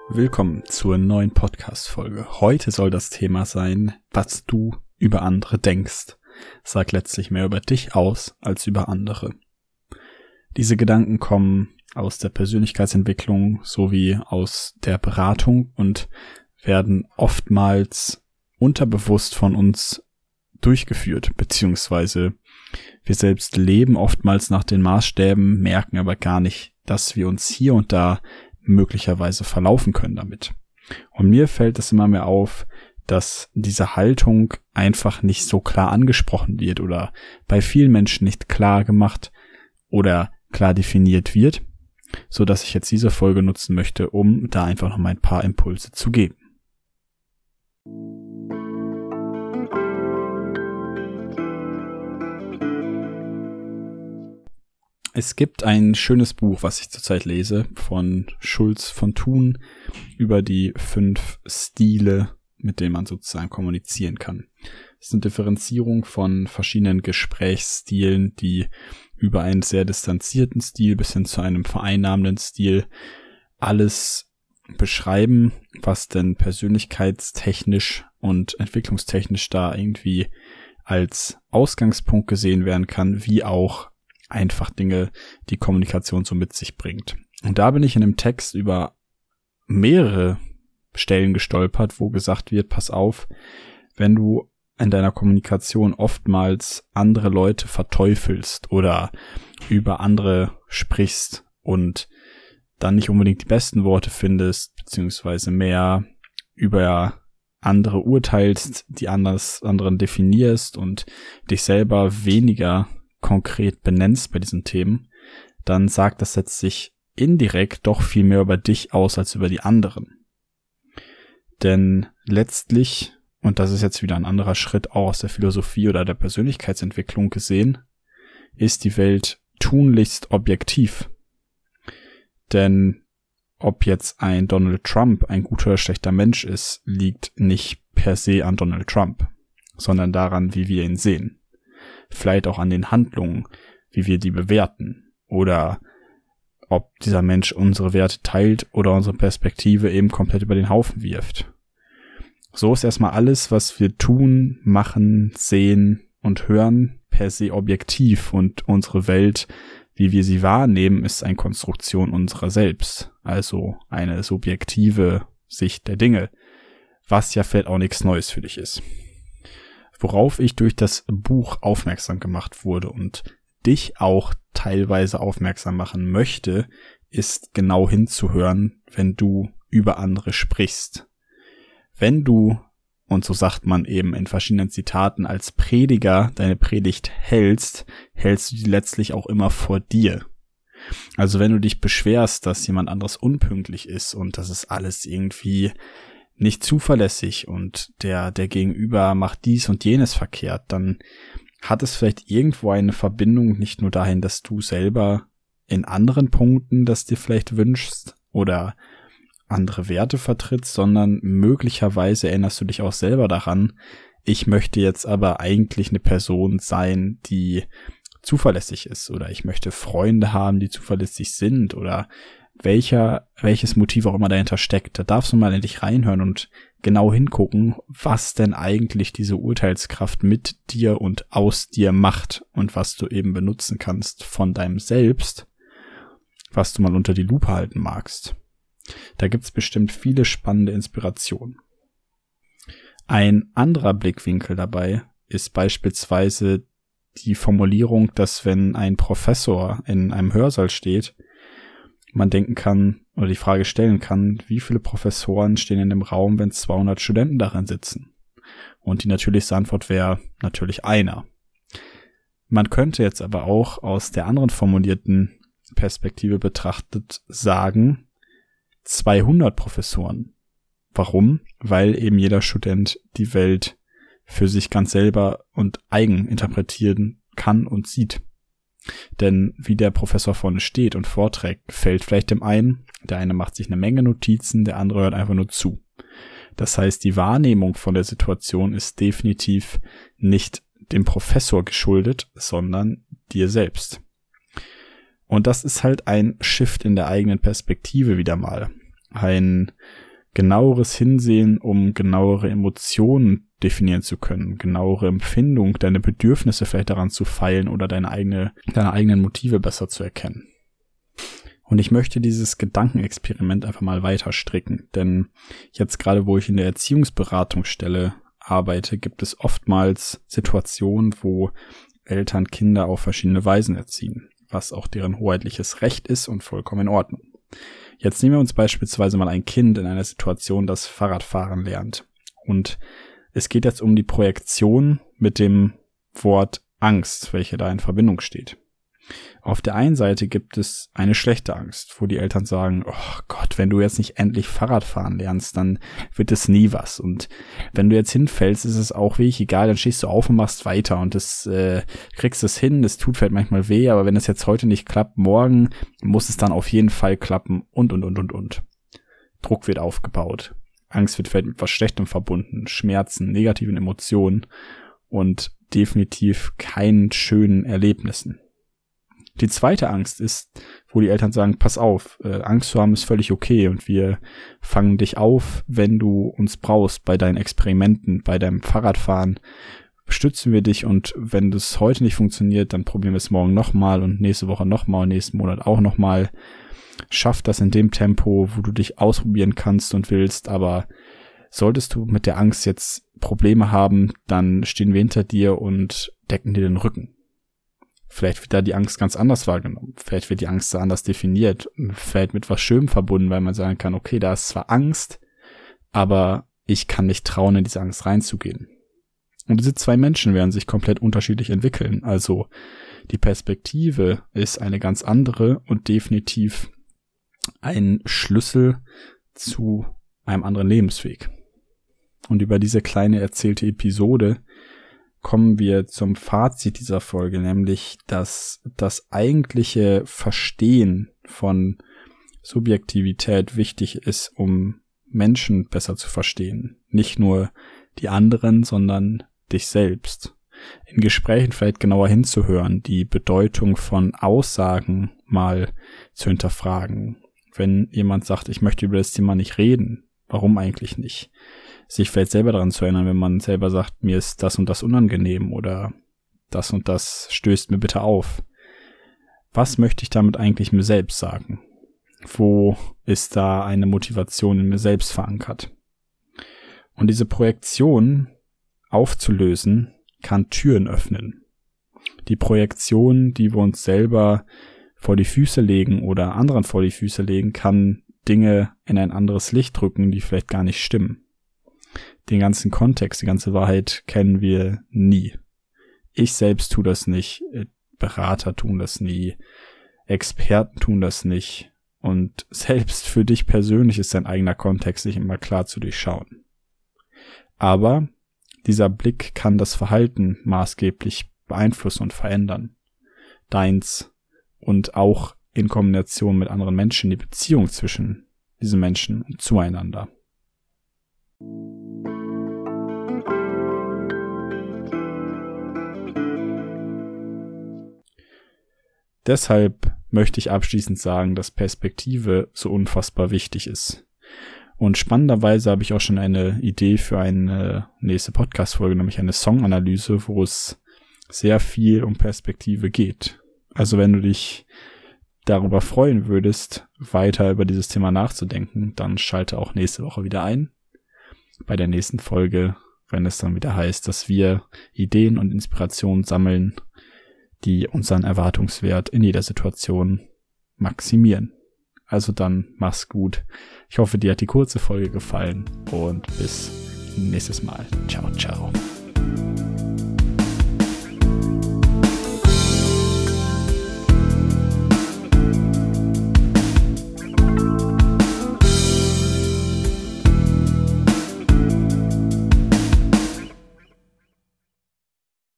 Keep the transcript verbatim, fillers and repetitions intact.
Willkommen zur neuen Podcast-Folge. Heute soll das Thema sein, was du über andere denkst. Sagt letztlich mehr über dich aus als über andere. Diese Gedanken kommen aus der Persönlichkeitsentwicklung sowie aus der Beratung und werden oftmals unterbewusst von uns durchgeführt, beziehungsweise wir selbst leben oftmals nach den Maßstäben, merken aber gar nicht, dass wir uns hier und da möglicherweise verlaufen können damit. Und mir fällt es immer mehr auf, dass diese Haltung einfach nicht so klar angesprochen wird oder bei vielen Menschen nicht klar gemacht oder klar definiert wird, so dass ich jetzt diese Folge nutzen möchte, um da einfach noch mal ein paar Impulse zu geben. Es gibt ein schönes Buch, was ich zurzeit lese, von Schulz von Thun über die fünf Stile, mit denen man sozusagen kommunizieren kann. Es ist eine Differenzierung von verschiedenen Gesprächsstilen, die über einen sehr distanzierten Stil bis hin zu einem vereinnahmenden Stil alles beschreiben, was denn persönlichkeitstechnisch und entwicklungstechnisch da irgendwie als Ausgangspunkt gesehen werden kann, wie auch einfach Dinge, die Kommunikation so mit sich bringt. Und da bin ich in einem Text über mehrere Stellen gestolpert, wo gesagt wird, pass auf, wenn du in deiner Kommunikation oftmals andere Leute verteufelst oder über andere sprichst und dann nicht unbedingt die besten Worte findest, beziehungsweise mehr über andere urteilst, die anders, anderen definierst und dich selber weniger konkret benennst bei diesen Themen, dann sagt das letztlich indirekt doch viel mehr über dich aus als über die anderen. Denn letztlich, und das ist jetzt wieder ein anderer Schritt auch aus der Philosophie oder der Persönlichkeitsentwicklung gesehen, ist die Welt tunlichst objektiv. Denn ob jetzt ein Donald Trump ein guter oder schlechter Mensch ist, liegt nicht per se an Donald Trump, sondern daran, wie wir ihn sehen. Vielleicht auch an den Handlungen, wie wir die bewerten oder ob dieser Mensch unsere Werte teilt oder unsere Perspektive eben komplett über den Haufen wirft. So ist erstmal alles, was wir tun, machen, sehen und hören, per se objektiv und unsere Welt, wie wir sie wahrnehmen, ist eine Konstruktion unserer selbst, also eine subjektive Sicht der Dinge, was ja vielleicht auch nichts Neues für dich ist. Worauf ich durch das Buch aufmerksam gemacht wurde und dich auch teilweise aufmerksam machen möchte, ist genau hinzuhören, wenn du über andere sprichst. Wenn du, und so sagt man eben in verschiedenen Zitaten, als Prediger deine Predigt hältst, hältst du die letztlich auch immer vor dir. Also wenn du dich beschwerst, dass jemand anderes unpünktlich ist und das ist alles irgendwie nicht zuverlässig und der der Gegenüber macht dies und jenes verkehrt, dann hat es vielleicht irgendwo eine Verbindung nicht nur dahin, dass du selber in anderen Punkten das dir vielleicht wünschst oder andere Werte vertrittst, sondern möglicherweise erinnerst du dich auch selber daran, ich möchte jetzt aber eigentlich eine Person sein, die zuverlässig ist oder ich möchte Freunde haben, die zuverlässig sind oder welcher, welches Motiv auch immer dahinter steckt. Da darfst du mal in dich reinhören und genau hingucken, was denn eigentlich diese Urteilskraft mit dir und aus dir macht und was du eben benutzen kannst von deinem Selbst, was du mal unter die Lupe halten magst. Da gibt's bestimmt viele spannende Inspirationen. Ein anderer Blickwinkel dabei ist beispielsweise die Formulierung, dass wenn ein Professor in einem Hörsaal steht, man denken kann oder die Frage stellen kann, wie viele Professoren stehen in dem Raum, wenn zweihundert Studenten darin sitzen? Und die natürlichste Antwort wäre natürlich einer. Man könnte jetzt aber auch aus der anderen formulierten Perspektive betrachtet sagen, zweihundert Professoren. Warum? Weil eben jeder Student die Welt für sich ganz selber und eigen interpretieren kann und sieht. Denn wie der Professor vorne steht und vorträgt, gefällt vielleicht dem einen, der eine macht sich eine Menge Notizen, der andere hört einfach nur zu. Das heißt, die Wahrnehmung von der Situation ist definitiv nicht dem Professor geschuldet, sondern dir selbst. Und das ist halt ein Shift in der eigenen Perspektive wieder mal. ein genaueres Hinsehen, um genauere Emotionen definieren zu können, genauere Empfindung, deine Bedürfnisse vielleicht daran zu feilen oder deine eigene, deine eigenen Motive besser zu erkennen. Und ich möchte dieses Gedankenexperiment einfach mal weiter stricken, denn jetzt gerade, wo ich in der Erziehungsberatungsstelle arbeite, gibt es oftmals Situationen, wo Eltern Kinder auf verschiedene Weisen erziehen, was auch deren hoheitliches Recht ist und vollkommen in Ordnung. Jetzt nehmen wir uns beispielsweise mal ein Kind in einer Situation, das Fahrradfahren lernt. Und es geht jetzt um die Projektion mit dem Wort Angst, welche da in Verbindung steht. Auf der einen Seite gibt es eine schlechte Angst, wo die Eltern sagen, oh Gott, wenn du jetzt nicht endlich Fahrrad fahren lernst, dann wird es nie was. Und wenn du jetzt hinfällst, ist es auch wirklich egal, dann stehst du auf und machst weiter und das äh, kriegst es hin, das tut vielleicht manchmal weh, aber wenn es jetzt heute nicht klappt, morgen muss es dann auf jeden Fall klappen und, und, und, und, und. Druck wird aufgebaut. Angst wird vielleicht mit was Schlechtem verbunden, Schmerzen, negativen Emotionen und definitiv keinen schönen Erlebnissen. Die zweite Angst ist, wo die Eltern sagen, pass auf, äh, Angst zu haben ist völlig okay und wir fangen dich auf, wenn du uns brauchst bei deinen Experimenten, bei deinem Fahrradfahren, stützen wir dich und wenn das heute nicht funktioniert, dann probieren wir es morgen nochmal und nächste Woche nochmal und nächsten Monat auch nochmal. Schaff das in dem Tempo, wo du dich ausprobieren kannst und willst, aber solltest du mit der Angst jetzt Probleme haben, dann stehen wir hinter dir und decken dir den Rücken. Vielleicht wird da die Angst ganz anders wahrgenommen. Vielleicht wird die Angst da anders definiert. Vielleicht mit was Schönem verbunden, weil man sagen kann, okay, da ist zwar Angst, aber ich kann mich trauen, in diese Angst reinzugehen. Und diese zwei Menschen werden sich komplett unterschiedlich entwickeln. Also die Perspektive ist eine ganz andere und definitiv ein Schlüssel zu einem anderen Lebensweg. Und über diese kleine erzählte Episode kommen wir zum Fazit dieser Folge, nämlich, dass das eigentliche Verstehen von Subjektivität wichtig ist, um Menschen besser zu verstehen. Nicht nur die anderen, sondern dich selbst. In Gesprächen vielleicht genauer hinzuhören, die Bedeutung von Aussagen mal zu hinterfragen. Wenn jemand sagt, ich möchte über das Thema nicht reden, warum eigentlich nicht? Sich vielleicht selber daran zu erinnern, wenn man selber sagt, mir ist das und das unangenehm oder das und das stößt mir bitte auf. Was möchte ich damit eigentlich mir selbst sagen? Wo ist da eine Motivation in mir selbst verankert? Und diese Projektion aufzulösen, kann Türen öffnen. Die Projektion, die wir uns selber vor die Füße legen oder anderen vor die Füße legen, kann Dinge in ein anderes Licht rücken, die vielleicht gar nicht stimmen. Den ganzen Kontext, die ganze Wahrheit kennen wir nie. Ich selbst tue das nicht, Berater tun das nie, Experten tun das nicht und selbst für dich persönlich ist dein eigener Kontext nicht immer klar zu durchschauen. Aber dieser Blick kann das Verhalten maßgeblich beeinflussen und verändern. Deins und auch in Kombination mit anderen Menschen, die Beziehung zwischen diesen Menschen und zueinander. Deshalb möchte ich abschließend sagen, dass Perspektive so unfassbar wichtig ist. Und spannenderweise habe ich auch schon eine Idee für eine nächste Podcast-Folge, nämlich eine Songanalyse, wo es sehr viel um Perspektive geht. Also wenn du dich darüber freuen würdest, weiter über dieses Thema nachzudenken, dann schalte auch nächste Woche wieder ein. Bei der nächsten Folge, wenn es dann wieder heißt, dass wir Ideen und Inspirationen sammeln, die unseren Erwartungswert in jeder Situation maximieren. Also dann mach's gut. Ich hoffe, dir hat die kurze Folge gefallen und bis nächstes Mal. Ciao, ciao.